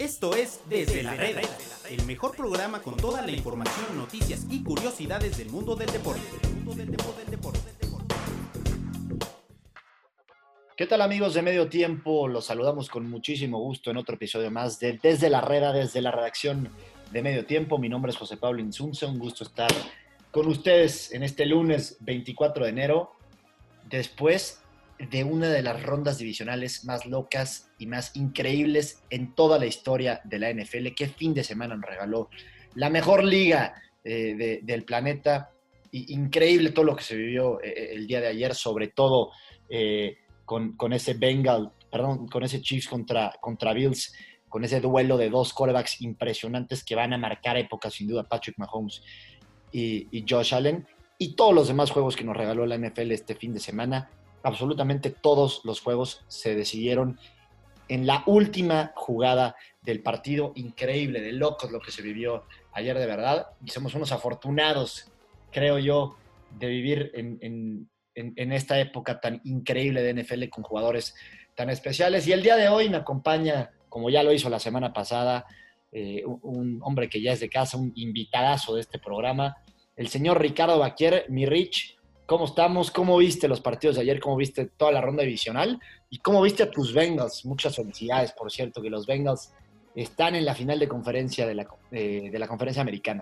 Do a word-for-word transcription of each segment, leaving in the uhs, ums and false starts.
Esto es Desde la Reda, el mejor programa con toda la información, noticias y curiosidades del mundo del deporte. ¿Qué tal, amigos de Medio Tiempo? Los saludamos con muchísimo gusto en otro episodio más de Desde la Reda, desde la redacción de Medio Tiempo. Mi nombre es José Pablo Insunza, un gusto estar con ustedes en este lunes veinticuatro de enero, después de una de las rondas divisionales más locas y más increíbles en toda la historia de la N F L. Qué fin de semana nos regaló la mejor liga eh, de, del planeta. Y, increíble todo lo que se vivió eh, el día de ayer, sobre todo eh, con, con ese Bengal, perdón, con ese Chiefs contra, contra Bills, con ese duelo de dos quarterbacks impresionantes que van a marcar época, sin duda, Patrick Mahomes y, y Josh Allen, y todos los demás juegos que nos regaló la N F L este fin de semana. Absolutamente todos los juegos se decidieron en la última jugada del partido. Increíble, de locos lo que se vivió ayer, de verdad. Y somos unos afortunados, creo yo, de vivir en, en, en, en esta época tan increíble de N F L con jugadores tan especiales. Y el día de hoy me acompaña, como ya lo hizo la semana pasada, eh, un, un hombre que ya es de casa, un invitadazo de este programa, el señor Ricardo Baquier. Mi Rich, ¿cómo estamos? ¿Cómo viste los partidos de ayer? ¿Cómo viste toda la ronda divisional? ¿Y cómo viste a tus Bengals? Muchas felicidades, por cierto, que los Bengals están en la final de conferencia de la, eh, de la conferencia americana.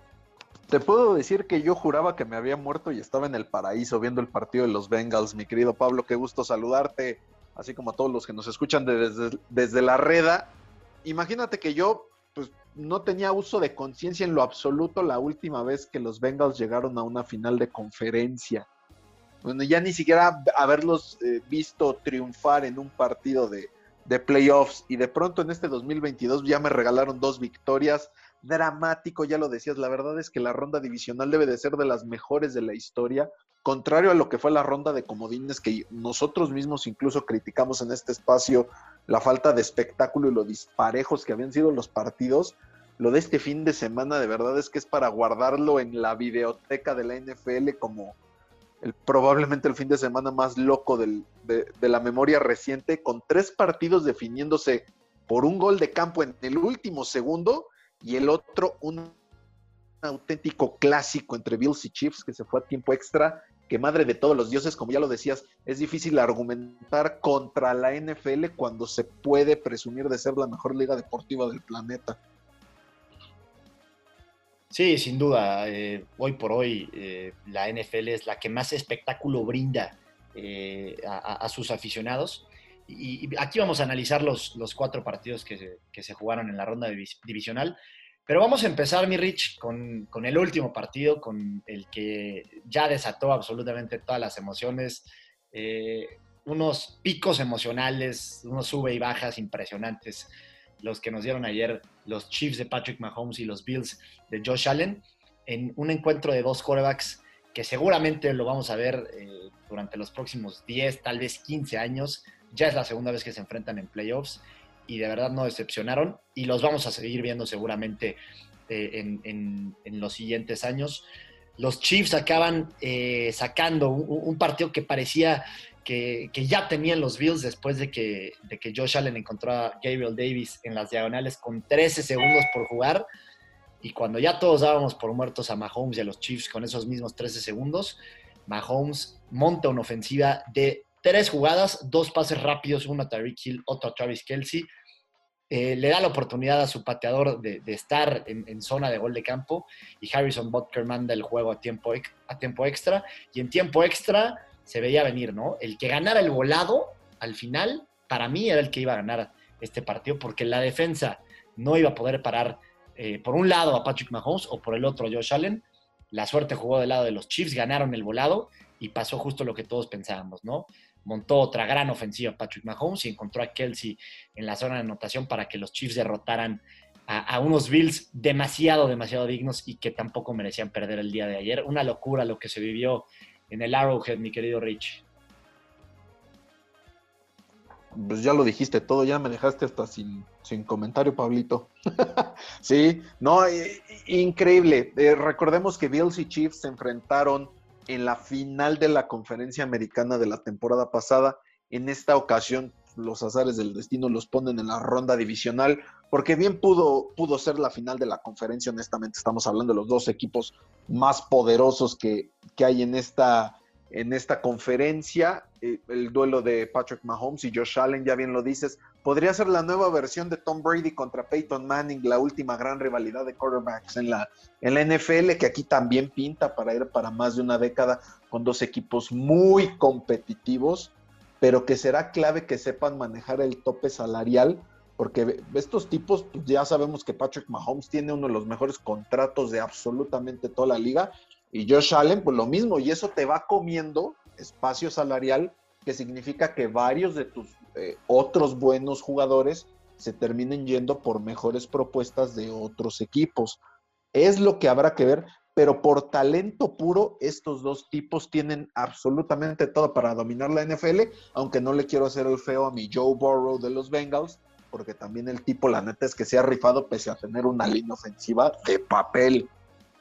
Te puedo decir que yo juraba que me había muerto y estaba en el paraíso viendo el partido de los Bengals. Mi querido Pablo, qué gusto saludarte, así como a todos los que nos escuchan desde, desde la reda. Imagínate que yo pues, no tenía uso de conciencia en lo absoluto la última vez que los Bengals llegaron a una final de conferencia. Bueno, ya ni siquiera haberlos eh, visto triunfar en un partido de, de playoffs, y de pronto en este dos mil veintidós ya me regalaron dos victorias. Dramático, ya lo decías, la verdad es que la ronda divisional debe de ser de las mejores de la historia, contrario a lo que fue la ronda de comodines, que nosotros mismos incluso criticamos en este espacio la falta de espectáculo y lo disparejos que habían sido los partidos. Lo de este fin de semana de verdad es que es para guardarlo en la videoteca de la N F L como el, probablemente el fin de semana más loco del, de, de la memoria reciente, con tres partidos definiéndose por un gol de campo en el último segundo, y el otro un auténtico clásico entre Bills y Chiefs que se fue a tiempo extra, que madre de todos los dioses, como ya lo decías, es difícil argumentar contra la N F L cuando se puede presumir de ser la mejor liga deportiva del planeta. Sí, sin duda, eh, hoy por hoy eh, la N F L es la que más espectáculo brinda eh, a, a sus aficionados. Y, y aquí vamos a analizar los, los cuatro partidos que se, que se jugaron en la ronda divis, divisional. Pero vamos a empezar, mi Rich, con, con el último partido, con el que ya desató absolutamente todas las emociones. Eh, unos picos emocionales, unos sube y bajas impresionantes, los que nos dieron ayer los Chiefs de Patrick Mahomes y los Bills de Josh Allen, en un encuentro de dos quarterbacks que seguramente lo vamos a ver eh, durante los próximos diez, tal vez quince años. Ya es la segunda vez que se enfrentan en playoffs y de verdad no decepcionaron, y los vamos a seguir viendo seguramente eh, en, en, en los siguientes años. Los Chiefs acaban eh, sacando un, un partido que parecía que, que ya tenían los Bills después de que, de que Josh Allen encontró a Gabriel Davis en las diagonales con trece segundos por jugar, y cuando ya todos dábamos por muertos a Mahomes y a los Chiefs con esos mismos trece segundos, Mahomes monta una ofensiva de tres jugadas, dos pases rápidos, uno a Tyreek Hill, otro a Travis Kelce. Eh, le da la oportunidad a su pateador de, de estar en, en zona de gol de campo, y Harrison Butker manda el juego a tiempo, a tiempo extra, y en tiempo extra se veía venir, ¿no? El que ganara el volado al final, para mí era el que iba a ganar este partido, porque la defensa no iba a poder parar eh, por un lado a Patrick Mahomes o por el otro a Josh Allen. La suerte jugó del lado de los Chiefs, ganaron el volado y pasó justo lo que todos pensábamos, ¿no? Montó otra gran ofensiva Patrick Mahomes y encontró a Kelce en la zona de anotación para que los Chiefs derrotaran a, a unos Bills demasiado, demasiado dignos y que tampoco merecían perder el día de ayer. Una locura lo que se vivió en el Arrowhead, mi querido Rich. Pues ya lo dijiste todo, ya me dejaste hasta sin, sin comentario, Pablito. Sí, no, eh, increíble. Eh, recordemos que Bills y Chiefs se enfrentaron en la final de la conferencia americana de la temporada pasada. En esta ocasión, los azares del destino los ponen en la ronda divisional. porque bien pudo, pudo ser la final de la conferencia, honestamente, estamos hablando de los dos equipos más poderosos que, que hay en esta, en esta conferencia, eh, el duelo de Patrick Mahomes y Josh Allen, ya bien lo dices, podría ser la nueva versión de Tom Brady contra Peyton Manning, la última gran rivalidad de quarterbacks en la, en la N F L, que aquí también pinta para ir para más de una década con dos equipos muy competitivos, pero que será clave que sepan manejar el tope salarial, porque estos tipos, pues ya sabemos que Patrick Mahomes tiene uno de los mejores contratos de absolutamente toda la liga, y Josh Allen, pues lo mismo, y eso te va comiendo espacio salarial, que significa que varios de tus eh, otros buenos jugadores se terminen yendo por mejores propuestas de otros equipos. Es lo que habrá que ver, pero por talento puro, estos dos tipos tienen absolutamente todo para dominar la N F L, aunque no le quiero hacer el feo a mi Joe Burrow de los Bengals, porque también el tipo, la neta, es que se ha rifado pese a tener una línea ofensiva de papel.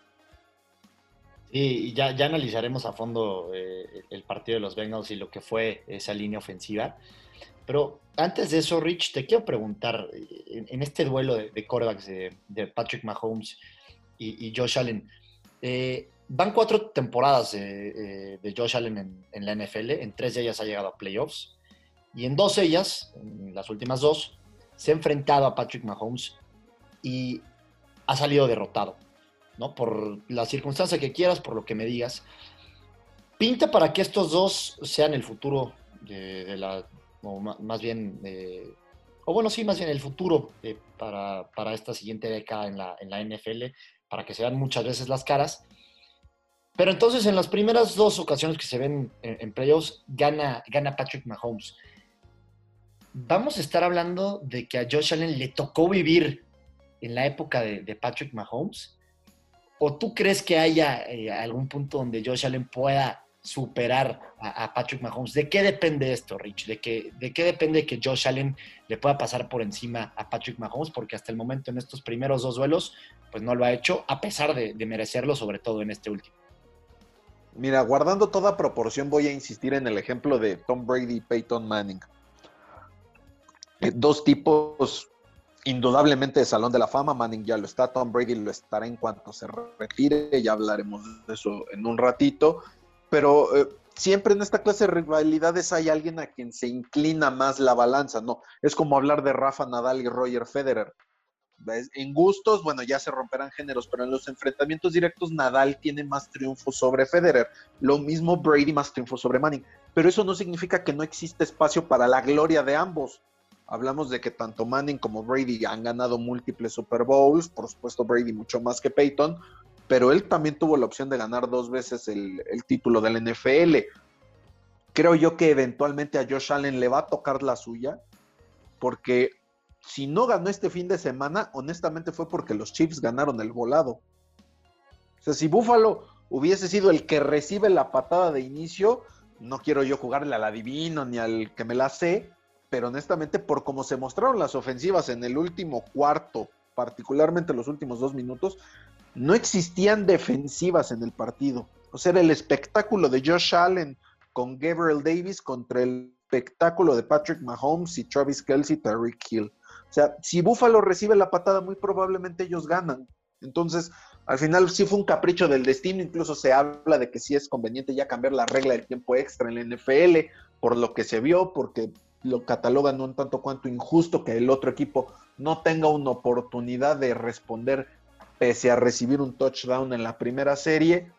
Sí, y ya, ya analizaremos a fondo eh, el partido de los Bengals y lo que fue esa línea ofensiva. Pero antes de eso, Rich, te quiero preguntar, en, en este duelo de, de quarterbacks de, de Patrick Mahomes y, y Josh Allen, eh, van cuatro temporadas de, eh, de Josh Allen en, en la N F L, en tres de ellas ha llegado a playoffs, y en dos de ellas, en las últimas dos, se ha enfrentado a Patrick Mahomes y ha salido derrotado, ¿no? Por la circunstancia que quieras, por lo que me digas. Pinta para que estos dos sean el futuro de, de la, o más bien, eh, o bueno, sí, más bien el futuro eh, para, para esta siguiente década en la, en la N F L, para que se vean muchas veces las caras. Pero entonces, en las primeras dos ocasiones que se ven en, en playoffs, gana, gana Patrick Mahomes. Vamos a estar hablando de que a Josh Allen le tocó vivir en la época de, de Patrick Mahomes. ¿O tú crees que haya eh, algún punto donde Josh Allen pueda superar a, a Patrick Mahomes? ¿De qué depende esto, Rich? ¿De qué, ¿De qué depende que Josh Allen le pueda pasar por encima a Patrick Mahomes? Porque hasta el momento en estos primeros dos duelos, pues no lo ha hecho, a pesar de, de merecerlo, sobre todo en este último. Mira, guardando toda proporción, voy a insistir en el ejemplo de Tom Brady y Peyton Manning. Eh, dos tipos indudablemente de Salón de la Fama. Manning ya lo está, Tom Brady lo estará en cuanto se retire, ya hablaremos de eso en un ratito, pero eh, siempre en esta clase de rivalidades hay alguien a quien se inclina más la balanza, ¿no? Es como hablar de Rafa Nadal y Roger Federer. En gustos, bueno, ya se romperán géneros, pero en los enfrentamientos directos Nadal tiene más triunfos sobre Federer, lo mismo Brady más triunfos sobre Manning, pero eso no significa que no existe espacio para la gloria de ambos. Hablamos de que tanto Manning como Brady han ganado múltiples Super Bowls, por supuesto Brady mucho más que Peyton, pero él también tuvo la opción de ganar dos veces el, el título del N F L. Creo yo que eventualmente a Josh Allen le va a tocar la suya, porque si no ganó este fin de semana, honestamente fue porque los Chiefs ganaron el volado. O sea, si Buffalo hubiese sido el que recibe la patada de inicio, no quiero yo jugarle al adivino ni al que me la sé, pero honestamente por cómo se mostraron las ofensivas en el último cuarto, particularmente los últimos dos minutos, no existían defensivas en el partido. O sea, era el espectáculo de Josh Allen con Gabriel Davis contra el espectáculo de Patrick Mahomes y Travis Kelce y Tyreek Hill. O sea, si Buffalo recibe la patada, muy probablemente ellos ganan. Entonces, al final sí fue un capricho del destino, incluso se habla de que sí es conveniente ya cambiar la regla del tiempo extra en la N F L, por lo que se vio, porque lo catalogan un tanto cuanto injusto que el otro equipo no tenga una oportunidad de responder pese a recibir un touchdown en la primera serie.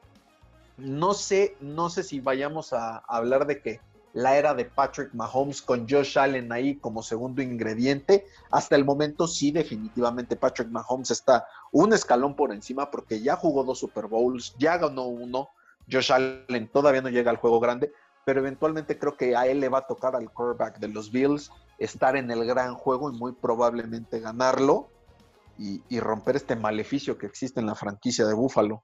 No sé, no sé si vayamos a, a hablar de que la era de Patrick Mahomes con Josh Allen ahí como segundo ingrediente. Hasta el momento sí, definitivamente Patrick Mahomes está un escalón por encima porque ya jugó dos Super Bowls, ya ganó uno. Josh Allen todavía no llega al juego grande, pero eventualmente creo que a él le va a tocar al quarterback de los Bills estar en el gran juego y muy probablemente ganarlo y, y romper este maleficio que existe en la franquicia de Buffalo.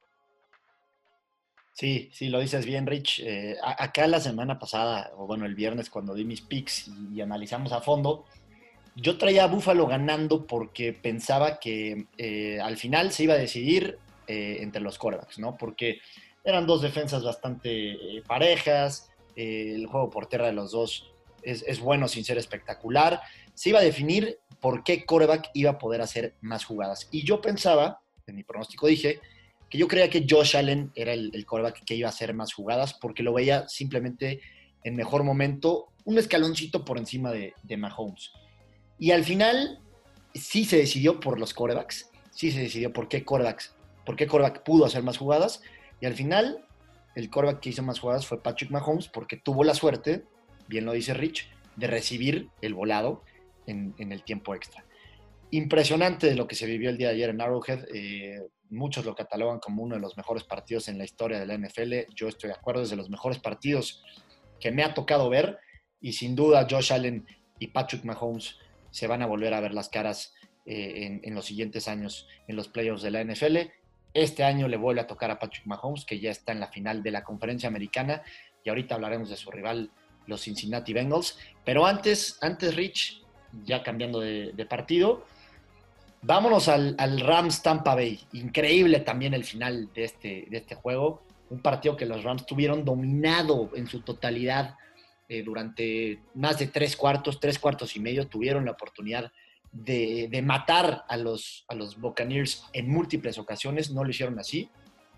Sí, sí, lo dices bien, Rich. Eh, a- acá la semana pasada, o bueno, el viernes cuando di mis picks y, y analizamos a fondo, yo traía a Buffalo ganando porque pensaba que eh, al final se iba a decidir eh, entre los quarterbacks, ¿no? Porque eran dos defensas bastante eh, parejas, eh, el juego por tierra de los dos es, es bueno sin ser espectacular, se iba a definir por qué quarterback iba a poder hacer más jugadas. Y yo pensaba, en mi pronóstico dije, que yo creía que Josh Allen era el, el quarterback que iba a hacer más jugadas porque lo veía simplemente en mejor momento, un escaloncito por encima de, de Mahomes. Y al final sí se decidió por los quarterbacks, sí se decidió por qué quarterbacks, por qué quarterback pudo hacer más jugadas, y al final el quarterback que hizo más jugadas fue Patrick Mahomes porque tuvo la suerte, bien lo dice Rich, de recibir el volado en, en el tiempo extra. Impresionante lo que se vivió el día de ayer en Arrowhead. Eh, muchos lo catalogan como uno de los mejores partidos en la historia de la N F L. Yo estoy de acuerdo, es de los mejores partidos que me ha tocado ver, y sin duda Josh Allen y Patrick Mahomes se van a volver a ver las caras eh, en, en los siguientes años en los playoffs de la N F L. Este año le vuelve a tocar a Patrick Mahomes, que ya está en la final de la conferencia americana, y ahorita hablaremos de su rival, los Cincinnati Bengals. Pero antes, antes Rich, ya cambiando de, de partido, vámonos al, al Rams Tampa Bay. Increíble también el final de este, de este juego. Un partido que los Rams tuvieron dominado en su totalidad eh, durante más de tres cuartos, tres cuartos y medio. Tuvieron la oportunidad de, de matar a los, a los Buccaneers en múltiples ocasiones. No lo hicieron así.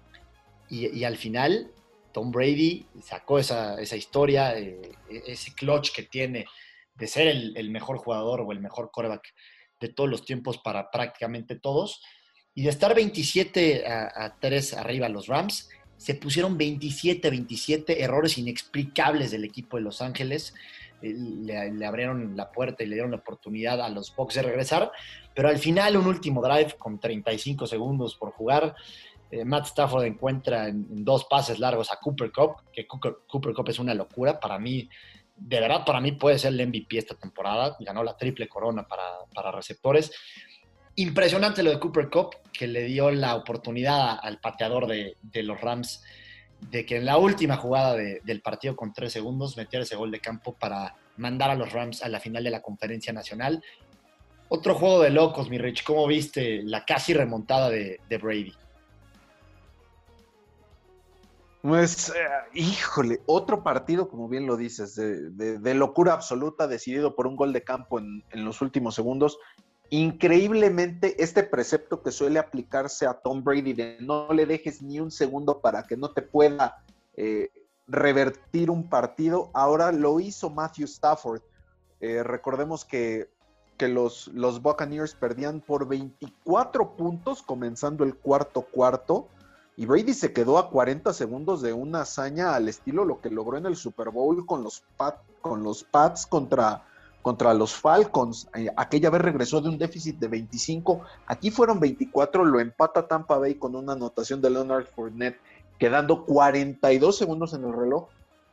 Y, y al final, Tom Brady sacó esa, esa historia, eh, ese clutch que tiene de ser el, el mejor jugador o el mejor quarterback de todos los tiempos para prácticamente todos, y de estar veintisiete a tres arriba los Rams, se pusieron veintisiete a veintisiete, errores inexplicables del equipo de Los Ángeles, le, le abrieron la puerta y le dieron la oportunidad a los Bucs de regresar, pero al final un último drive con treinta y cinco segundos por jugar, eh, Matt Stafford encuentra en, en dos pases largos a Cooper Kupp, que Cooper, Cooper Kupp es una locura, para mí de verdad, para mí puede ser el M V P esta temporada. Ganó la triple corona para, para receptores. Impresionante lo de Cooper Kupp, que le dio la oportunidad al pateador de, de los Rams de que en la última jugada de, del partido con tres segundos metiera ese gol de campo para mandar a los Rams a la final de la Conferencia Nacional. Otro juego de locos, mi Rich. ¿Cómo viste la casi remontada de, de Brady? Pues, eh, híjole, otro partido, como bien lo dices, de, de, de locura absoluta, decidido por un gol de campo en, en los últimos segundos. Increíblemente, este precepto que suele aplicarse a Tom Brady de no le dejes ni un segundo para que no te pueda eh, revertir un partido, ahora lo hizo Matthew Stafford. Eh, recordemos que, que los, los Buccaneers perdían por veinticuatro puntos comenzando el cuarto cuarto, y Brady se quedó a cuarenta segundos de una hazaña al estilo lo que logró en el Super Bowl con los, Pat, con los Pats contra, contra los Falcons. Eh, aquella vez regresó de un déficit de veinticinco. Aquí fueron veinticuatro, lo empata Tampa Bay con una anotación de Leonard Fournette, quedando cuarenta y dos segundos en el reloj.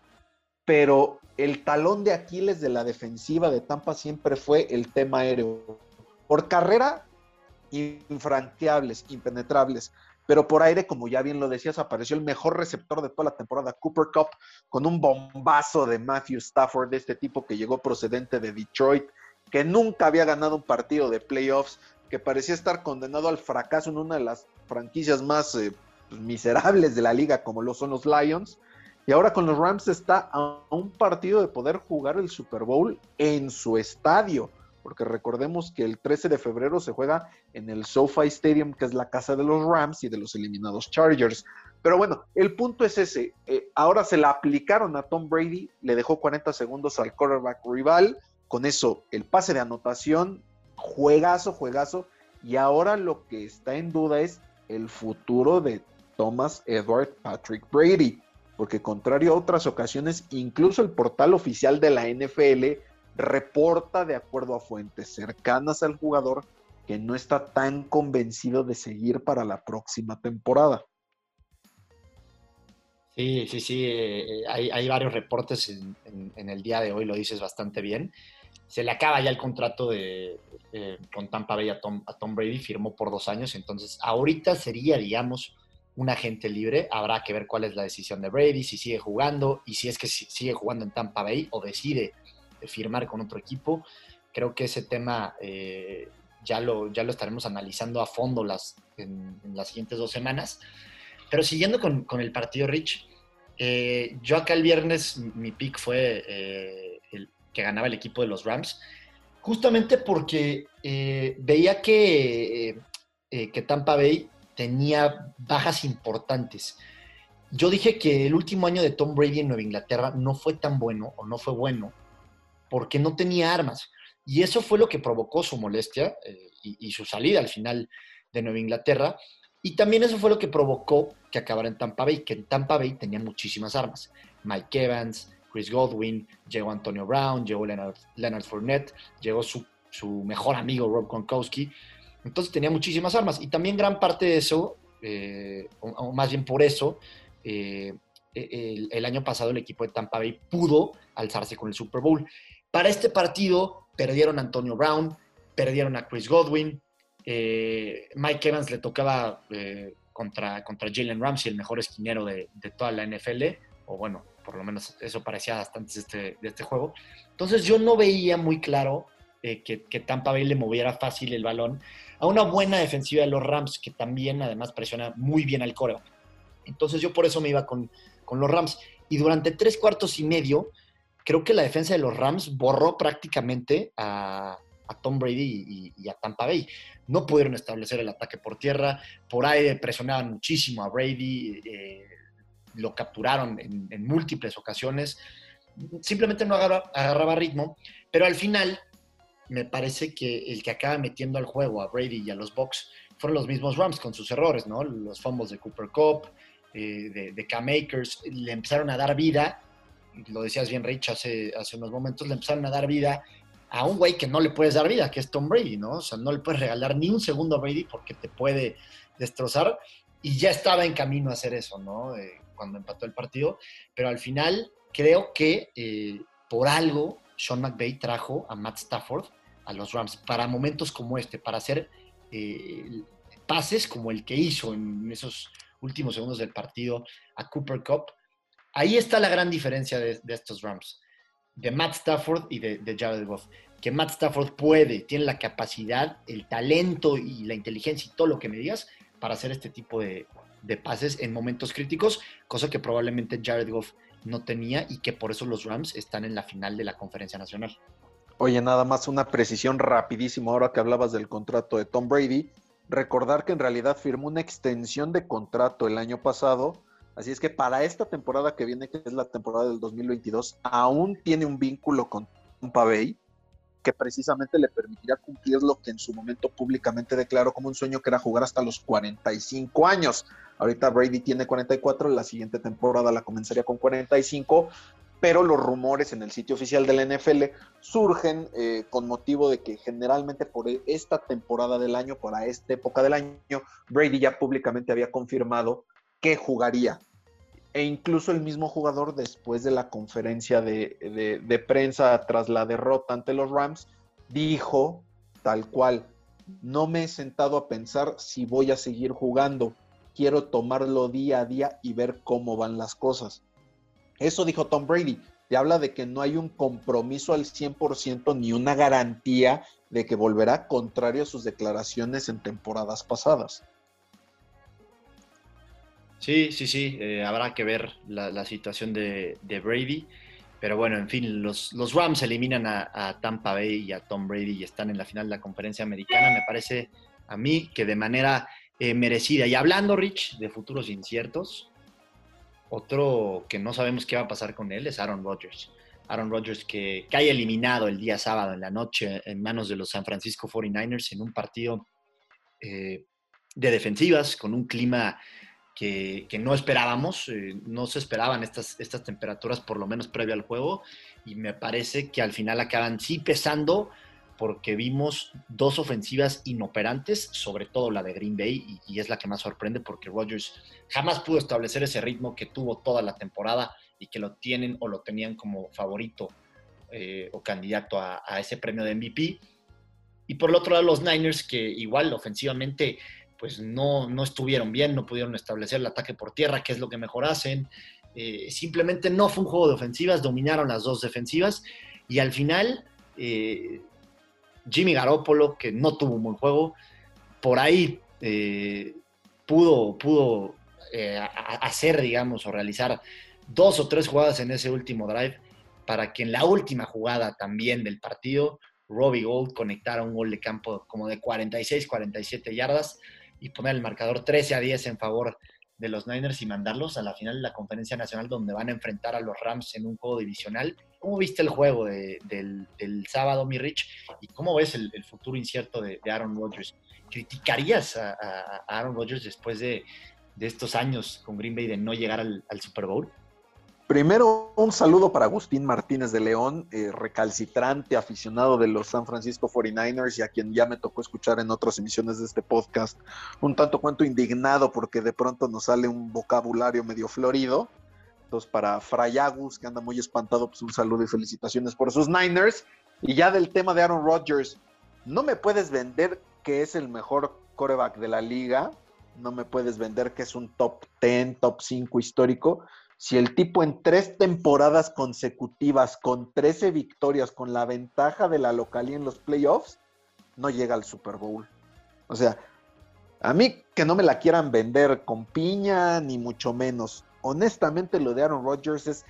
Pero el talón de Aquiles de la defensiva de Tampa siempre fue el tema aéreo. Por carrera, infranqueables, impenetrables. Pero por aire, como ya bien lo decías, apareció el mejor receptor de toda la temporada, Cooper Kupp, con un bombazo de Matthew Stafford, de este tipo que llegó procedente de Detroit, que nunca había ganado un partido de playoffs, que parecía estar condenado al fracaso en una de las franquicias más eh, pues, miserables de la liga, como lo son los Lions, y ahora con los Rams está a un partido de poder jugar el Super Bowl en su estadio, porque recordemos que el trece de febrero se juega en el SoFi Stadium, que es la casa de los Rams y de los eliminados Chargers. Pero bueno, el punto es ese. Eh, ahora se la aplicaron a Tom Brady, le dejó cuarenta segundos al quarterback rival, con eso el pase de anotación, juegazo, juegazo, y ahora lo que está en duda es el futuro de Thomas Edward Patrick Brady, porque contrario a otras ocasiones, incluso el portal oficial de la N F L reporta, de acuerdo a fuentes cercanas al jugador, que no está tan convencido de seguir para la próxima temporada. Sí, sí, sí, eh, hay, hay varios reportes en, en, en el día de hoy, lo dices bastante bien. Se le acaba ya el contrato de, eh, con Tampa Bay a Tom, a Tom Brady, firmó por dos años, entonces ahorita sería, digamos, un agente libre. Habrá que ver cuál es la decisión de Brady, si sigue jugando y si es que sigue jugando en Tampa Bay o decide firmar con otro equipo. Creo que ese tema eh, ya, lo, ya lo estaremos analizando a fondo las, en, en las siguientes dos semanas. Pero siguiendo con, con el partido, Rich, eh, yo acá el viernes mi pick fue eh, el que ganaba el equipo de los Rams. Justamente porque eh, veía que, eh, eh, que Tampa Bay tenía bajas importantes. Yo dije que el último año de Tom Brady en Nueva Inglaterra no fue tan bueno, o no fue bueno, porque no tenía armas. Y eso fue lo que provocó su molestia eh, y, y su salida al final de Nueva Inglaterra. Y también eso fue lo que provocó que acabara en Tampa Bay, que en Tampa Bay tenían muchísimas armas. Mike Evans, Chris Godwin, llegó Antonio Brown, llegó Leonard, Leonard Fournette, llegó su, su mejor amigo Rob Gronkowski. Entonces tenía muchísimas armas. Y también gran parte de eso, eh, o, o más bien por eso, eh, el, el año pasado el equipo de Tampa Bay pudo alzarse con el Super Bowl. Para este partido perdieron a Antonio Brown, perdieron a Chris Godwin, eh, Mike Evans le tocaba eh, contra, contra Jalen Ramsey, el mejor esquinero de, de toda la N F L, o bueno, por lo menos eso parecía hasta antes de este, de este juego. Entonces yo no veía muy claro eh, que, que Tampa Bay le moviera fácil el balón a una buena defensiva de los Rams, que también además presiona muy bien al quarterback. Entonces yo por eso me iba con, con los Rams. Y durante tres cuartos y medio, creo que la defensa de los Rams borró prácticamente a, a Tom Brady y, y a Tampa Bay. No pudieron establecer el ataque por tierra, por aire presionaban muchísimo a Brady, eh, lo capturaron en, en múltiples ocasiones, simplemente no agarra, agarraba ritmo, pero al final me parece que el que acaba metiendo al juego a Brady y a los Bucs fueron los mismos Rams con sus errores, ¿no? Los fumbles de Cooper Kupp, eh, de, de Cam Akers, le empezaron a dar vida, lo decías bien Rich hace, hace unos momentos, le empezaron a dar vida a un güey que no le puedes dar vida, que es Tom Brady, ¿no? O sea, no le puedes regalar ni un segundo a Brady porque te puede destrozar, y ya estaba en camino a hacer eso, ¿no? Eh, cuando empató el partido, pero al final creo que eh, por algo Sean McVay trajo a Matt Stafford a los Rams para momentos como este, para hacer eh, pases como el que hizo en esos últimos segundos del partido a Cooper Kupp. Ahí está la gran diferencia de, de estos Rams, de Matt Stafford y de, de Jared Goff, que Matt Stafford puede, tiene la capacidad, el talento y la inteligencia y todo lo que me digas para hacer este tipo de, de pases en momentos críticos, cosa que probablemente Jared Goff no tenía y que por eso los Rams están en la final de la Conferencia Nacional. Oye, nada más una precisión rapidísimo ahora que hablabas del contrato de Tom Brady. Recordar que en realidad firmó una extensión de contrato el año pasado, así es que para esta temporada que viene, que es la temporada del dos mil veintidós, aún tiene un vínculo con Tampa Bay que precisamente le permitirá cumplir lo que en su momento públicamente declaró como un sueño, que era jugar hasta los cuarenta y cinco años. Ahorita Brady tiene cuarenta y cuatro, la siguiente temporada la comenzaría con cuarenta y cinco, pero los rumores en el sitio oficial de la N F L surgen eh, con motivo de que generalmente por esta temporada del año, para esta época del año, Brady ya públicamente había confirmado que jugaría. E incluso el mismo jugador, después de la conferencia de, de, de prensa tras la derrota ante los Rams, dijo tal cual: no me he sentado a pensar si voy a seguir jugando, quiero tomarlo día a día y ver cómo van las cosas. Eso dijo Tom Brady. Te habla de que no hay un compromiso al cien por ciento ni una garantía de que volverá, contrario a sus declaraciones en temporadas pasadas. Sí, sí, sí, eh, habrá que ver la, la situación de, de Brady, pero bueno, en fin, los, los Rams eliminan a, a Tampa Bay y a Tom Brady y están en la final de la Conferencia Americana. Me parece a mí que de manera eh, merecida. Y hablando, Rich, de futuros inciertos, otro que no sabemos qué va a pasar con él es Aaron Rodgers. Aaron Rodgers que cae eliminado el día sábado en la noche en manos de los San Francisco cuarenta y nueve ers en un partido eh, de defensivas, con un clima Que, que no esperábamos, eh, no se esperaban estas, estas temperaturas por lo menos previo al juego, y me parece que al final acaban sí pesando porque vimos dos ofensivas inoperantes, sobre todo la de Green Bay, y, y es la que más sorprende porque Rodgers jamás pudo establecer ese ritmo que tuvo toda la temporada y que lo tienen o lo tenían como favorito eh, o candidato a, a ese premio de M V P. Y por el otro lado los Niners, que igual ofensivamente pues no, no estuvieron bien, no pudieron establecer el ataque por tierra, que es lo que mejor hacen. Eh, simplemente no fue un juego de ofensivas, dominaron las dos defensivas, y al final eh, Jimmy Garoppolo, que no tuvo un buen juego, por ahí eh, pudo, pudo eh, hacer, digamos, o realizar dos o tres jugadas en ese último drive, para que en la última jugada también del partido Robbie Gould conectara un gol de campo como de cuarenta y seis, cuarenta y siete yardas y poner el marcador trece a diez en favor de los Niners y mandarlos a la final de la Conferencia Nacional, donde van a enfrentar a los Rams en un juego divisional. ¿Cómo viste el juego de, del, del sábado, mi Rich? ¿Y cómo ves el, el futuro incierto de, de Aaron Rodgers? ¿Criticarías a, a, a Aaron Rodgers después de, de estos años con Green Bay de no llegar al, al Super Bowl? Primero, un saludo para Agustín Martínez de León, eh, recalcitrante aficionado de los San Francisco cuarenta y nueve ers y a quien ya me tocó escuchar en otras emisiones de este podcast, un tanto cuanto indignado porque de pronto nos sale un vocabulario medio florido. Entonces, para Fray Agus, que anda muy espantado, pues un saludo y felicitaciones por sus Niners. Y ya del tema de Aaron Rodgers, no me puedes vender que es el mejor quarterback de la liga, no me puedes vender que es un top diez, top cinco histórico, si el tipo en tres temporadas consecutivas, con trece victorias, con la ventaja de la localía en los playoffs, no llega al Super Bowl. O sea, a mí que no me la quieran vender con piña, ni mucho menos. Honestamente, lo de Aaron Rodgers es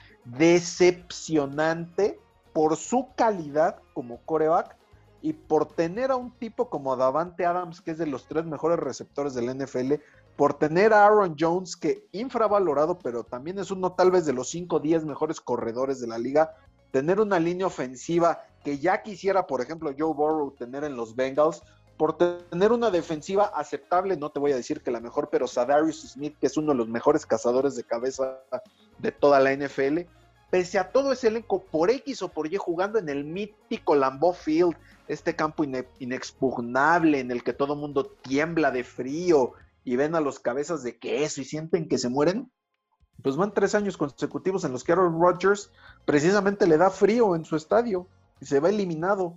decepcionante por su calidad como quarterback y por tener a un tipo como Davante Adams, que es de los tres mejores receptores de la N F L, por tener a Aaron Jones, que infravalorado, pero también es uno tal vez de los cinco o diez mejores corredores de la liga, tener una línea ofensiva que ya quisiera, por ejemplo, Joe Burrow tener en los Bengals, por tener una defensiva aceptable, no te voy a decir que la mejor, pero Zadarius Smith, que es uno de los mejores cazadores de cabeza de toda la N F L, pese a todo ese elenco, por X o por Y, jugando en el mítico Lambeau Field, este campo ine- inexpugnable en el que todo mundo tiembla de frío y ven a los cabezas de queso y sienten que se mueren, pues van tres años consecutivos en los que Aaron Rodgers precisamente le da frío en su estadio y se va eliminado.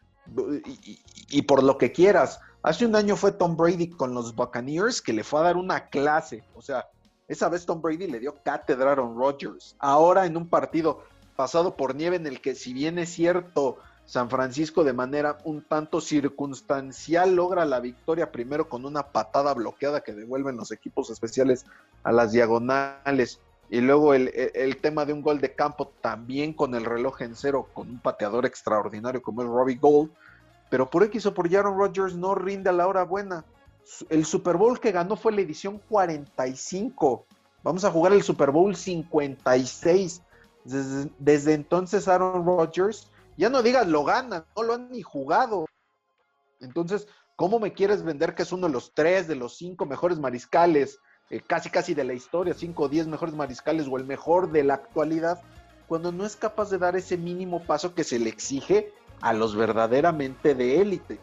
Y, y, y por lo que quieras, hace un año fue Tom Brady con los Buccaneers que le fue a dar una clase, o sea, esa vez Tom Brady le dio cátedra a Aaron Rodgers. Ahora en un partido pasado por nieve en el que, si bien es cierto, San Francisco de manera un tanto circunstancial logra la victoria, primero con una patada bloqueada que devuelven los equipos especiales a las diagonales, y luego el, el, el tema de un gol de campo también con el reloj en cero, con un pateador extraordinario como es Robbie Gould, pero por X o por Y Aaron Rodgers no rinde a la hora buena. El Super Bowl que ganó fue la edición cuarenta y cinco, vamos a jugar el Super Bowl cincuenta y seis, desde, desde entonces Aaron Rodgers, ya no digas lo ganan, no lo han ni jugado. Entonces, ¿cómo me quieres vender que es uno de los tres, de los cinco mejores mariscales, eh, casi casi de la historia, cinco o diez mejores mariscales, o el mejor de la actualidad, cuando no es capaz de dar ese mínimo paso que se le exige a los verdaderamente de élite?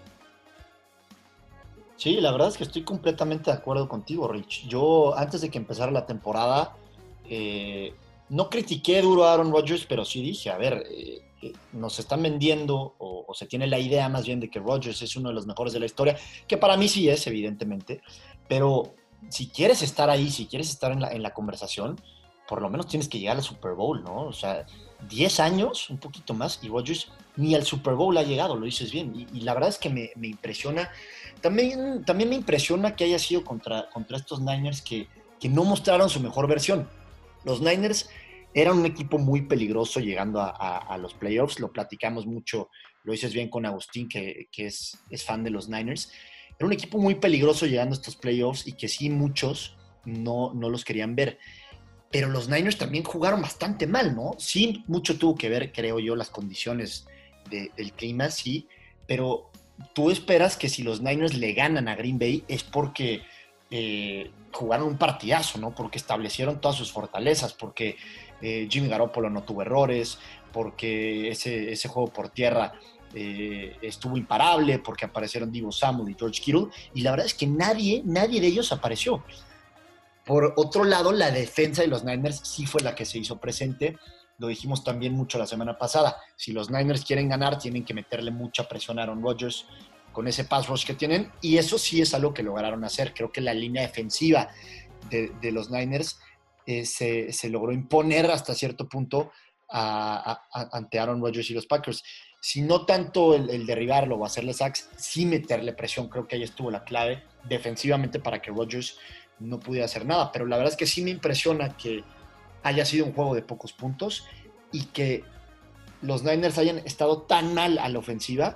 Sí, la verdad es que estoy completamente de acuerdo contigo, Rich. Yo, antes de que empezara la temporada, eh, no critiqué duro a Aaron Rodgers, pero sí dije, a ver, eh, eh, nos están vendiendo, o, o se tiene la idea más bien de que Rodgers es uno de los mejores de la historia, que para mí sí es, evidentemente, pero si quieres estar ahí, si quieres estar en la, en la conversación, por lo menos tienes que llegar al Super Bowl, ¿no? O sea, diez años, un poquito más, y Rodgers ni al Super Bowl ha llegado, lo dices bien, y, y la verdad es que me, me impresiona. También, también me impresiona que haya sido contra, contra estos Niners que, que no mostraron su mejor versión. Los Niners eran un equipo muy peligroso llegando a, a, a los playoffs, lo platicamos mucho, lo dices bien con Agustín, que, que es, es fan de los Niners. Era un equipo muy peligroso llegando a estos playoffs y que sí muchos no, no los querían ver. Pero los Niners también jugaron bastante mal, ¿no? Sí, mucho tuvo que ver, creo yo, las condiciones de, del clima, sí, pero tú esperas que si los Niners le ganan a Green Bay es porque eh, jugaron un partidazo, ¿no? Porque establecieron todas sus fortalezas, porque eh, Jimmy Garoppolo no tuvo errores, porque ese, ese juego por tierra eh, estuvo imparable, porque aparecieron Deebo Samuel y George Kittle, y la verdad es que nadie, nadie de ellos apareció. Por otro lado, la defensa de los Niners sí fue la que se hizo presente. Lo dijimos también mucho la semana pasada. Si los Niners quieren ganar, tienen que meterle mucha presión a Aaron Rodgers con ese pass rush que tienen. Y eso sí es algo que lograron hacer. Creo que la línea defensiva de, de los Niners eh, se, se logró imponer hasta cierto punto a, a, a, ante Aaron Rodgers y los Packers. Si no tanto el, el derribarlo o hacerle sacks, sí meterle presión. Creo que ahí estuvo la clave defensivamente para que Rodgers no pudiera hacer nada, pero la verdad es que sí me impresiona que haya sido un juego de pocos puntos y que los Niners hayan estado tan mal a la ofensiva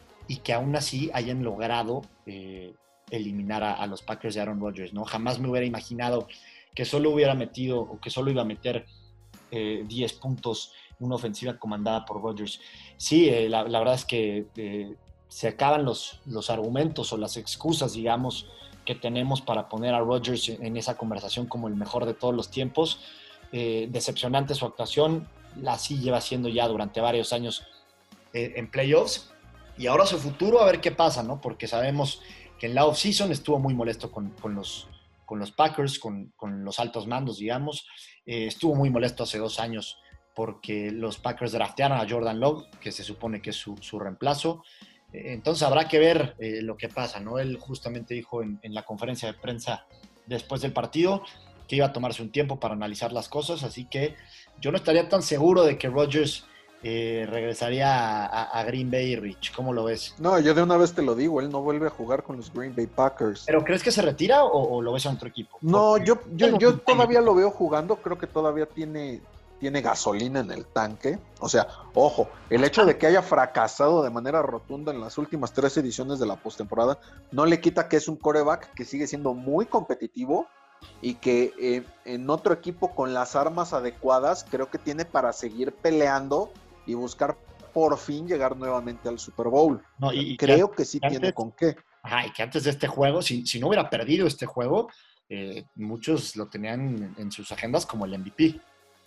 y que aún así hayan logrado eh, eliminar a, a los Packers de Aaron Rodgers, ¿no? Jamás me hubiera imaginado que solo hubiera metido o que solo iba a meter eh, diez puntos una ofensiva comandada por Rodgers. Sí, eh, la, la verdad es que eh, se acaban los, los argumentos o las excusas, digamos, que tenemos para poner a Rodgers en esa conversación como el mejor de todos los tiempos. Eh, decepcionante su actuación, la sí lleva siendo ya durante varios años eh, en playoffs, y ahora su futuro a ver qué pasa, ¿no? Porque sabemos que en la off-season estuvo muy molesto con, con, los, con los Packers, con, con los altos mandos, digamos. Eh, estuvo muy molesto hace dos años porque los Packers draftearon a Jordan Love, que se supone que es su, su reemplazo. Eh, entonces habrá que ver eh, lo que pasa, ¿no? Él justamente dijo en, en la conferencia de prensa después del partido que iba a tomarse un tiempo para analizar las cosas, así que yo no estaría tan seguro de que Rodgers eh, regresaría a, a, a Green Bay, Rich. ¿Cómo lo ves? No, yo de una vez te lo digo, él no vuelve a jugar con los Green Bay Packers. ¿Pero crees que se retira o, o lo ves en otro equipo? No, Porque yo, yo, no, yo todavía lo veo jugando, creo que todavía tiene, tiene gasolina en el tanque. O sea, ojo, el hecho de que haya fracasado de manera rotunda en las últimas tres ediciones de la postemporada no le quita que es un quarterback que sigue siendo muy competitivo y que eh, en otro equipo con las armas adecuadas creo que tiene para seguir peleando y buscar por fin llegar nuevamente al Super Bowl. No, y, y creo que, que sí que tiene antes, con qué. Ajá, y que antes de este juego, si, si no hubiera perdido este juego, eh, muchos lo tenían en sus agendas como el M V P.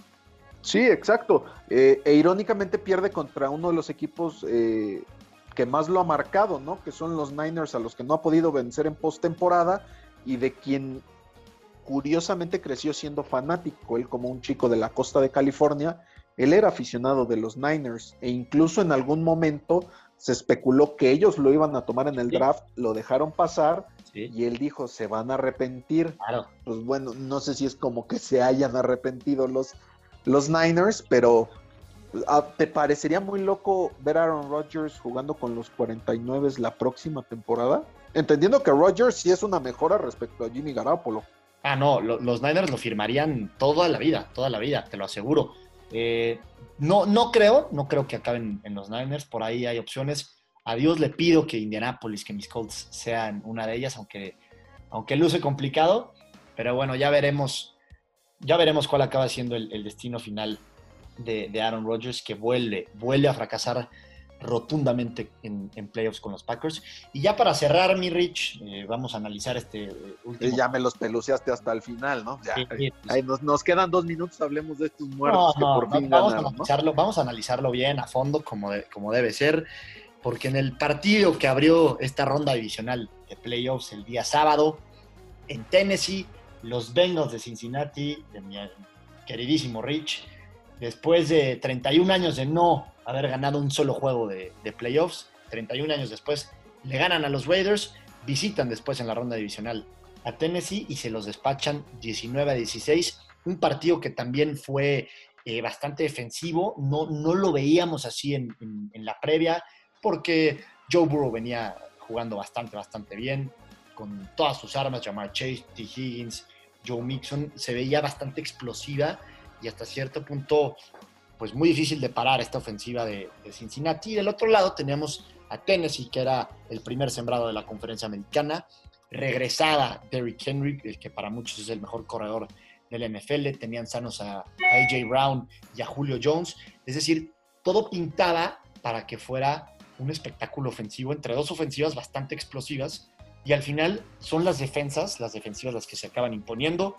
Sí, exacto. Eh, e irónicamente pierde contra uno de los equipos eh, que más lo ha marcado, ¿no? Que son los Niners, a los que no ha podido vencer en postemporada y de quien curiosamente creció siendo fanático. Él, como un chico de la costa de California, él era aficionado de los Niners e incluso en algún momento se especuló que ellos lo iban a tomar en el sí. draft, lo dejaron pasar Sí. y él dijo, se van a arrepentir. Claro. Pues bueno, no sé si es como que se hayan arrepentido los, los Niners, pero ¿te parecería muy loco ver a Aaron Rodgers jugando con los cuarenta y nueve la próxima temporada? Entendiendo que Rodgers sí es una mejora respecto a Jimmy Garoppolo. Ah, no, lo, los Niners lo firmarían toda la vida, toda la vida, te lo aseguro. Eh, no, no creo, no creo que acaben en los Niners, por ahí hay opciones. A Dios le pido que Indianapolis, que mis Colts sean una de ellas, aunque, aunque luce complicado, pero bueno, ya veremos, ya veremos cuál acaba siendo el, el destino final de, de Aaron Rodgers, que vuelve, vuelve a fracasar rotundamente en, en playoffs con los Packers. Y ya para cerrar, mi Rich, eh, vamos a analizar este eh, último... Y ya me los peluceaste hasta el final, ¿no? Ya, sí, sí, pues, ahí nos, nos quedan dos minutos, hablemos de estos muertos no, no, que por no, fin vamos ganaron, a analizarlo, ¿no? Vamos a analizarlo bien a fondo, como, de, como debe ser, porque en el partido que abrió esta ronda divisional de playoffs el día sábado, en Tennessee, los Bengals de Cincinnati, de mi queridísimo Rich, después de treinta y un años de no haber ganado un solo juego de, de playoffs, treinta y un años después, le ganan a los Raiders, visitan después en la ronda divisional a Tennessee y se los despachan diecinueve a dieciséis, un partido que también fue eh, bastante defensivo, no, no lo veíamos así en, en, en la previa, porque Joe Burrow venía jugando bastante, bastante bien, con todas sus armas, Ja'Marr Chase, T. Higgins, Joe Mixon, se veía bastante explosiva y hasta cierto punto pues muy difícil de parar esta ofensiva de, de Cincinnati. Y del otro lado teníamos a Tennessee, que era el primer sembrado de la conferencia americana, regresada Derrick Henry, el que para muchos es el mejor corredor del N F L, tenían sanos a, a A J Brown y a Julio Jones, es decir, todo pintaba para que fuera un espectáculo ofensivo entre dos ofensivas bastante explosivas, y al final son las defensas, las defensivas las que se acaban imponiendo.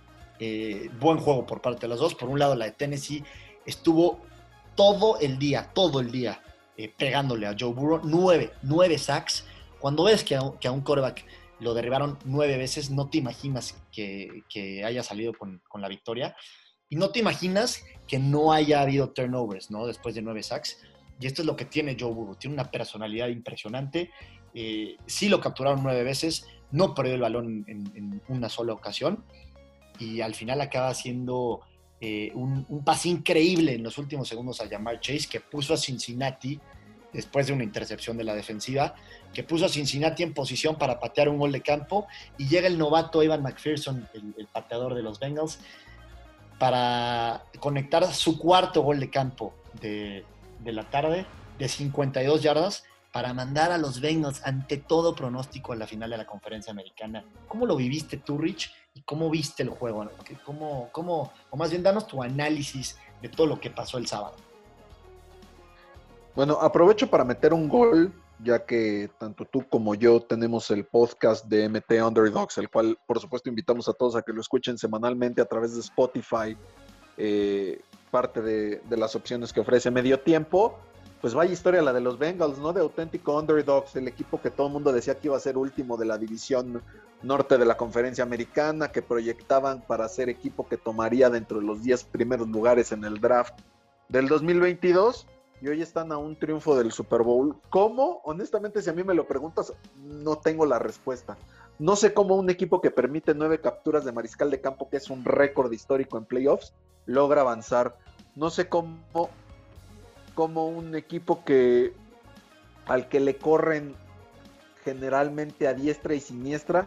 Eh, buen juego por parte de las dos. Por un lado, la de Tennessee estuvo todo el día, todo el día eh, pegándole a Joe Burrow, nueve, nueve sacks. Cuando ves que a, que a un quarterback lo derribaron nueve veces, no te imaginas que, que haya salido con, con la victoria, y no te imaginas que no haya habido turnovers, ¿no? Después de nueve sacks, y esto es lo que tiene Joe Burrow, tiene una personalidad impresionante. Eh, sí lo capturaron nueve veces, no perdió el balón en, en una sola ocasión, y al final acaba siendo eh, un, un pase increíble en los últimos segundos a Ja'Marr Chase, que puso a Cincinnati, después de una intercepción de la defensiva, que puso a Cincinnati en posición para patear un gol de campo, y llega el novato Evan McPherson, el, el pateador de los Bengals, para conectar su cuarto gol de campo de, de la tarde de cincuenta y dos yardas para mandar a los Bengals ante todo pronóstico a la final de la conferencia americana. ¿Cómo lo viviste tú, Rich? ¿Y cómo viste el juego? ¿Cómo, cómo, o más bien, danos tu análisis de todo lo que pasó el sábado? Bueno, aprovecho para meter un gol, ya que tanto tú como yo tenemos el podcast de M T Underdogs, el cual, por supuesto, invitamos a todos a que lo escuchen semanalmente a través de Spotify, eh, parte de, de las opciones que ofrece Medio Tiempo. Pues vaya historia la de los Bengals, ¿no? De auténtico underdogs, el equipo que todo el mundo decía que iba a ser último de la división norte de la conferencia americana, que proyectaban para ser equipo que tomaría dentro de los diez primeros lugares en el draft del dos mil veintidós, y hoy están a un triunfo del Super Bowl. ¿Cómo? Honestamente, si a mí me lo preguntas, no tengo la respuesta. No sé cómo un equipo que permite nueve capturas de mariscal de campo, que es un récord histórico en playoffs, logra avanzar. No sé cómo... como un equipo que al que le corren generalmente a diestra y siniestra,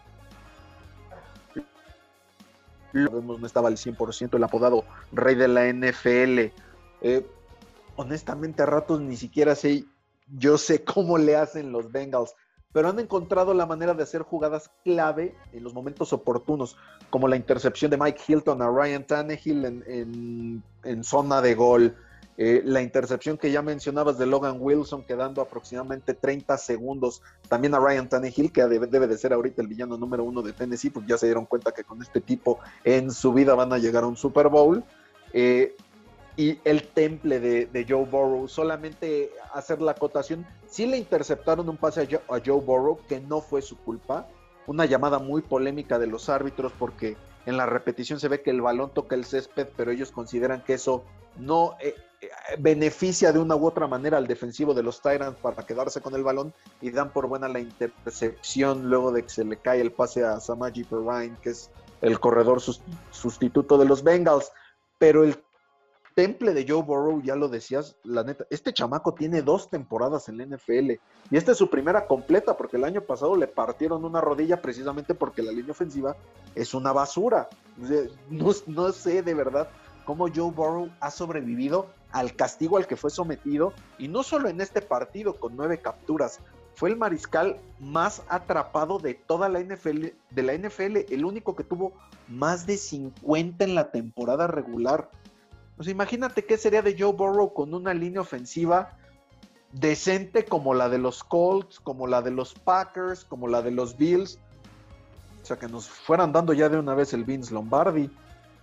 lo vemos, no estaba al cien por ciento, el apodado rey de la N F L. Eh, honestamente, a ratos ni siquiera sé, yo sé cómo le hacen los Bengals, pero han encontrado la manera de hacer jugadas clave en los momentos oportunos, como la intercepción de Mike Hilton a Ryan Tannehill en, en, en zona de gol. Eh, la intercepción que ya mencionabas de Logan Wilson, quedando aproximadamente treinta segundos, también a Ryan Tannehill, que debe, debe de ser ahorita el villano número uno de Tennessee, porque ya se dieron cuenta que con este tipo en su vida van a llegar a un Super Bowl. Eh, y el temple de, de Joe Burrow, solamente hacer la acotación, sí le interceptaron un pase a Joe, a Joe Burrow, que no fue su culpa, una llamada muy polémica de los árbitros, porque en la repetición se ve que el balón toca el césped, pero ellos consideran que eso no eh, eh, beneficia de una u otra manera al defensivo de los Titans para quedarse con el balón, y dan por buena la intercepción luego de que se le cae el pase a Samaje Perine, que es el corredor sus, sustituto de los Bengals. Pero el temple de Joe Burrow, ya lo decías, la neta, este chamaco tiene dos temporadas en la N F L y esta es su primera completa, porque el año pasado le partieron una rodilla precisamente porque la línea ofensiva es una basura. No, no sé de verdad cómo Joe Burrow ha sobrevivido al castigo al que fue sometido, y no solo en este partido con nueve capturas, fue el mariscal más atrapado de toda la N F L, de la N F L, el único que tuvo más de cincuenta en la temporada regular. Pues imagínate qué sería de Joe Burrow con una línea ofensiva decente como la de los Colts, como la de los Packers, como la de los Bills. O sea, que nos fueran dando ya de una vez el Vince Lombardi.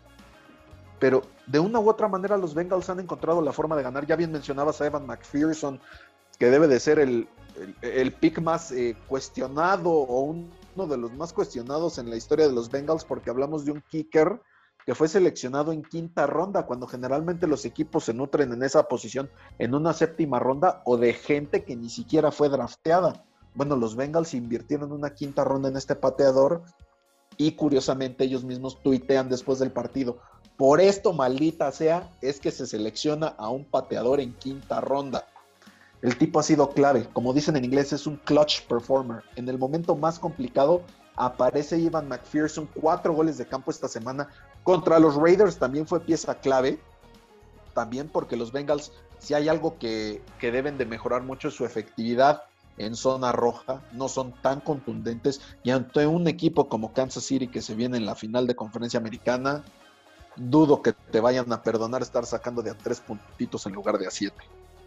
Pero de una u otra manera los Bengals han encontrado la forma de ganar. Ya bien mencionabas a Evan McPherson, que debe de ser el, el, el pick más eh, cuestionado, o un, uno de los más cuestionados en la historia de los Bengals, porque hablamos de un kicker que fue seleccionado en quinta ronda, cuando generalmente los equipos se nutren en esa posición en una séptima ronda, o de gente que ni siquiera fue drafteada. Bueno, los Bengals invirtieron una quinta ronda en este pateador, y curiosamente ellos mismos tuitean después del partido: por esto, maldita sea, es que se selecciona a un pateador en quinta ronda. El tipo ha sido clave, como dicen en inglés, es un clutch performer. En el momento más complicado aparece Evan McPherson, cuatro goles de campo esta semana. Contra los Raiders también fue pieza clave, también porque los Bengals, si hay algo que, que deben de mejorar mucho, es su efectividad en zona roja. No son tan contundentes, y ante un equipo como Kansas City, que se viene en la final de conferencia americana, dudo que te vayan a perdonar estar sacando de a tres puntitos en lugar de a siete.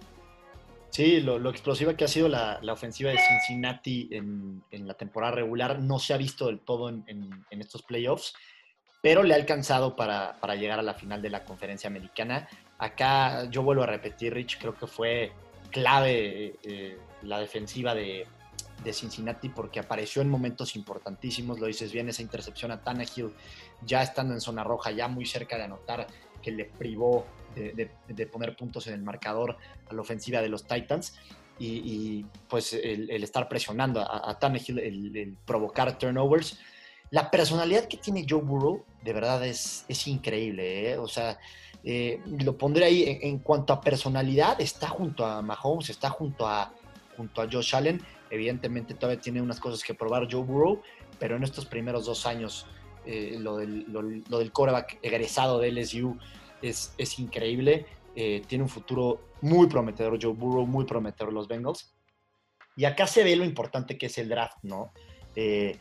Sí, lo, lo explosiva que ha sido la, la ofensiva de Cincinnati en, en la temporada regular no se ha visto del todo en, en, en estos playoffs, pero le ha alcanzado para, para llegar a la final de la conferencia americana. Acá yo vuelvo a repetir, Rich, creo que fue clave eh, la defensiva de, de Cincinnati, porque apareció en momentos importantísimos. Lo dices bien, esa intercepción a Tannehill ya estando en zona roja, ya muy cerca de anotar, que le privó de, de, de poner puntos en el marcador a la ofensiva de los Titans, y, y pues el, el estar presionando a, a Tannehill, el, el provocar turnovers. La personalidad que tiene Joe Burrow de verdad es, es increíble, ¿eh? O sea, eh, lo pondré ahí en, en cuanto a personalidad. Está junto a Mahomes, está junto a, junto a Josh Allen. Evidentemente todavía tiene unas cosas que probar Joe Burrow, pero en estos primeros dos años eh, lo, del, lo, lo del quarterback egresado de L S U es, es increíble. Eh, tiene un futuro muy prometedor Joe Burrow, muy prometedor los Bengals. Y acá se ve lo importante que es el draft, ¿no? Eh,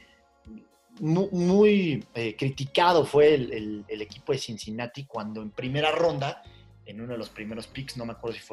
muy muy eh, criticado fue el, el, el equipo de Cincinnati cuando en primera ronda, en uno de los primeros picks, no me acuerdo si fue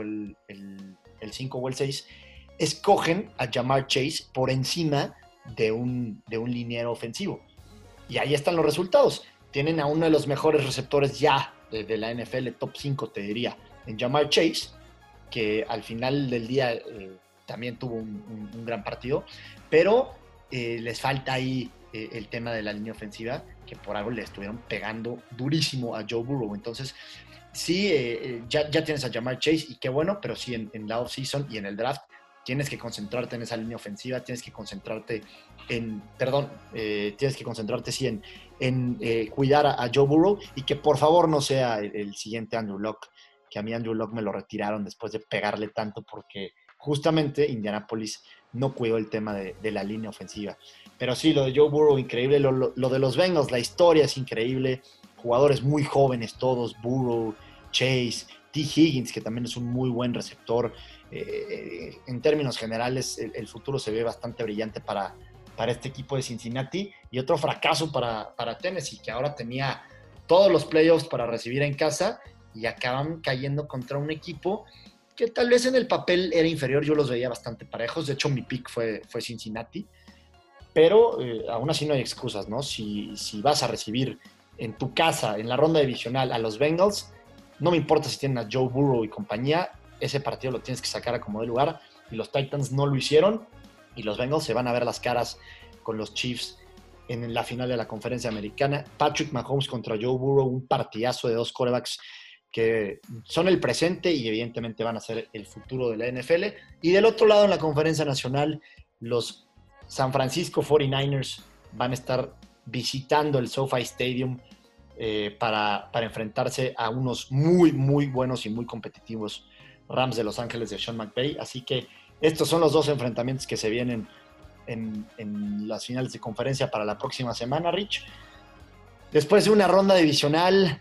el cinco o el seis, escogen a Ja'Marr Chase por encima de un, de un liniero ofensivo. Y ahí están los resultados. Tienen a uno de los mejores receptores ya de, de la N F L, top cinco te diría, en Ja'Marr Chase, que al final del día eh, también tuvo un, un, un gran partido, pero eh, les falta ahí eh, el tema de la línea ofensiva, que por algo le estuvieron pegando durísimo a Joe Burrow. Entonces, sí, eh, ya, ya tienes a Ja'Marr Chase y qué bueno, pero sí en, en la offseason y en el draft tienes que concentrarte en esa línea ofensiva, tienes que concentrarte en, perdón, eh, tienes que concentrarte sí en, en eh, cuidar a, a Joe Burrow y que por favor no sea el, el siguiente Andrew Luck, que a mí Andrew Luck me lo retiraron después de pegarle tanto porque justamente Indianapolis no cuidó el tema de, de la línea ofensiva. Pero sí, lo de Joe Burrow, increíble, lo, lo, lo de los Bengals, la historia es increíble, jugadores muy jóvenes todos, Burrow, Chase, T. Higgins, que también es un muy buen receptor. Eh, en términos generales, el, el futuro se ve bastante brillante para, para este equipo de Cincinnati. Y otro fracaso para, para Tennessee, que ahora tenía todos los playoffs para recibir en casa y acaban cayendo contra un equipo que tal vez en el papel era inferior. Yo los veía bastante parejos. De hecho, mi pick fue, fue Cincinnati. Pero eh, aún así no hay excusas, ¿no? Si, si vas a recibir en tu casa, en la ronda divisional, a los Bengals, no me importa si tienen a Joe Burrow y compañía, ese partido lo tienes que sacar a como de lugar, y los Titans no lo hicieron, y los Bengals se van a ver las caras con los Chiefs en la final de la conferencia americana. Patrick Mahomes contra Joe Burrow, un partidazo de dos quarterbacks que son el presente y evidentemente van a ser el futuro de la N F L. Y del otro lado, en la conferencia nacional, los San Francisco cuarenta y nueve ers van a estar visitando el SoFi Stadium eh, para, para enfrentarse a unos muy, muy buenos y muy competitivos Rams de Los Ángeles de Sean McVay. Así que estos son los dos enfrentamientos que se vienen en, en las finales de conferencia para la próxima semana, Rich. Después de una ronda divisional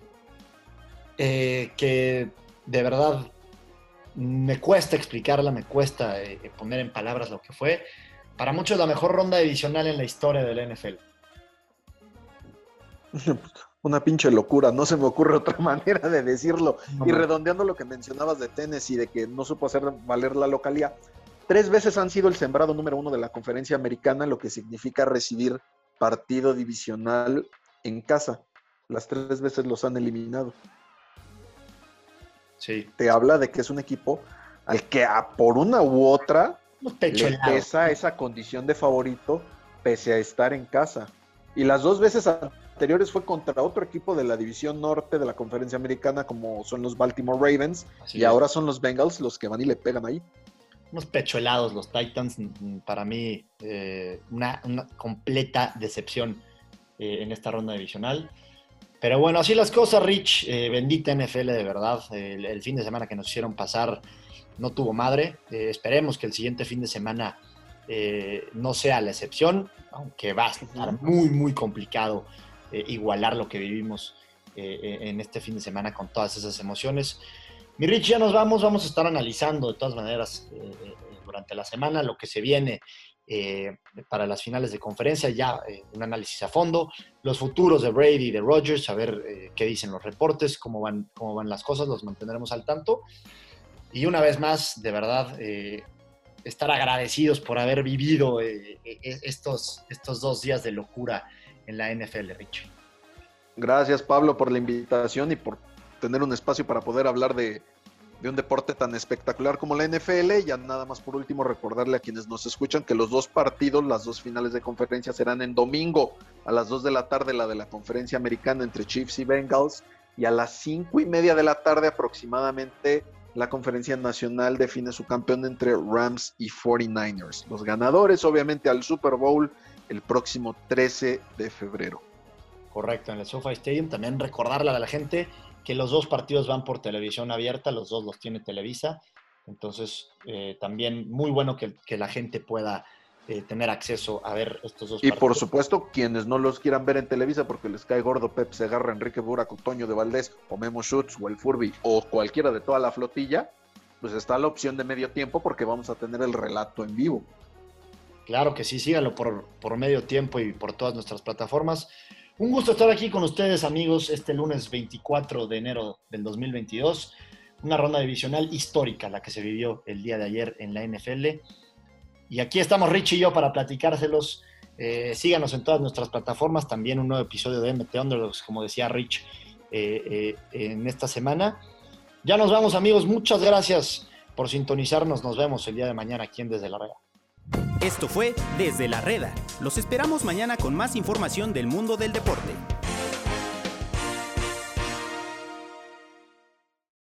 eh, que de verdad me cuesta explicarla, me cuesta eh, poner en palabras lo que fue. Para muchos la mejor ronda divisional en la historia de la N F L. Una pinche locura, no se me ocurre otra manera de decirlo. No, y redondeando lo que mencionabas de Tennessee, de que no supo hacer valer la localía, tres veces han sido el sembrado número uno de la conferencia americana, lo que significa recibir partido divisional en casa. Las tres veces los han eliminado. Sí. Te habla de que es un equipo al que a por una u otra le pesa esa condición de favorito pese a estar en casa. Y las dos veces anteriores fue contra otro equipo de la división norte de la conferencia americana, como son los Baltimore Ravens. Así y es. Ahora son los Bengals los que van y le pegan ahí. Unos pecho helados los Titans, para mí eh, una, una completa decepción eh, en esta ronda divisional. Pero bueno, así las cosas, Rich. Eh, bendita N F L, de verdad. El, el fin de semana que nos hicieron pasar no tuvo madre. Eh, esperemos que el siguiente fin de semana eh, no sea la excepción, aunque va a estar muy, muy complicado eh, igualar lo que vivimos eh, en este fin de semana con todas esas emociones. Mi Rich, ya nos vamos. Vamos a estar analizando de todas maneras eh, durante la semana lo que se viene eh, para las finales de conferencia, ya eh, un análisis a fondo, los futuros de Brady y de Rodgers, a ver eh, qué dicen los reportes, cómo van, cómo van las cosas, los mantendremos al tanto. Y una vez más, de verdad, eh, estar agradecidos por haber vivido eh, estos, estos dos días de locura en la N F L, Rich. Gracias, Pablo, por la invitación y por tener un espacio para poder hablar de, de un deporte tan espectacular como la N F L. Ya nada más por último recordarle a quienes nos escuchan que los dos partidos, las dos finales de conferencia serán en domingo a las dos de la tarde, la de la conferencia americana entre Chiefs y Bengals, y a las cinco y media de la tarde aproximadamente la conferencia nacional define su campeón entre Rams y cuarenta y nueve ers. Los ganadores obviamente al Super Bowl el próximo trece de febrero. Correcto, en el SoFi Stadium. También recordarle a la gente que los dos partidos van por televisión abierta, los dos los tiene Televisa. Entonces, eh, también muy bueno que, que la gente pueda eh, tener acceso a ver estos dos y partidos. por supuesto, quienes no los quieran ver en Televisa porque les cae gordo Pep Segarra, Enrique Burak, Toño de Valdés, o Memo Schutz, o el Furby, o cualquiera de toda la flotilla, pues está la opción de medio tiempo porque vamos a tener el relato en vivo. Claro que sí, síganlo por, por medio tiempo y por todas nuestras plataformas. Un gusto estar aquí con ustedes, amigos, este lunes veinticuatro de enero del dos mil veintidós. Una ronda divisional histórica la que se vivió el día de ayer en la N F L. Y aquí estamos Rich y yo para platicárselos. Eh, síganos en todas nuestras plataformas. También un nuevo episodio de M T Underdogs, como decía Rich, eh, eh, en esta semana. Ya nos vamos, amigos. Muchas gracias por sintonizarnos. Nos vemos el día de mañana aquí en Desde la Reda. Esto fue Desde la Reda. Los esperamos mañana con más información del mundo del deporte.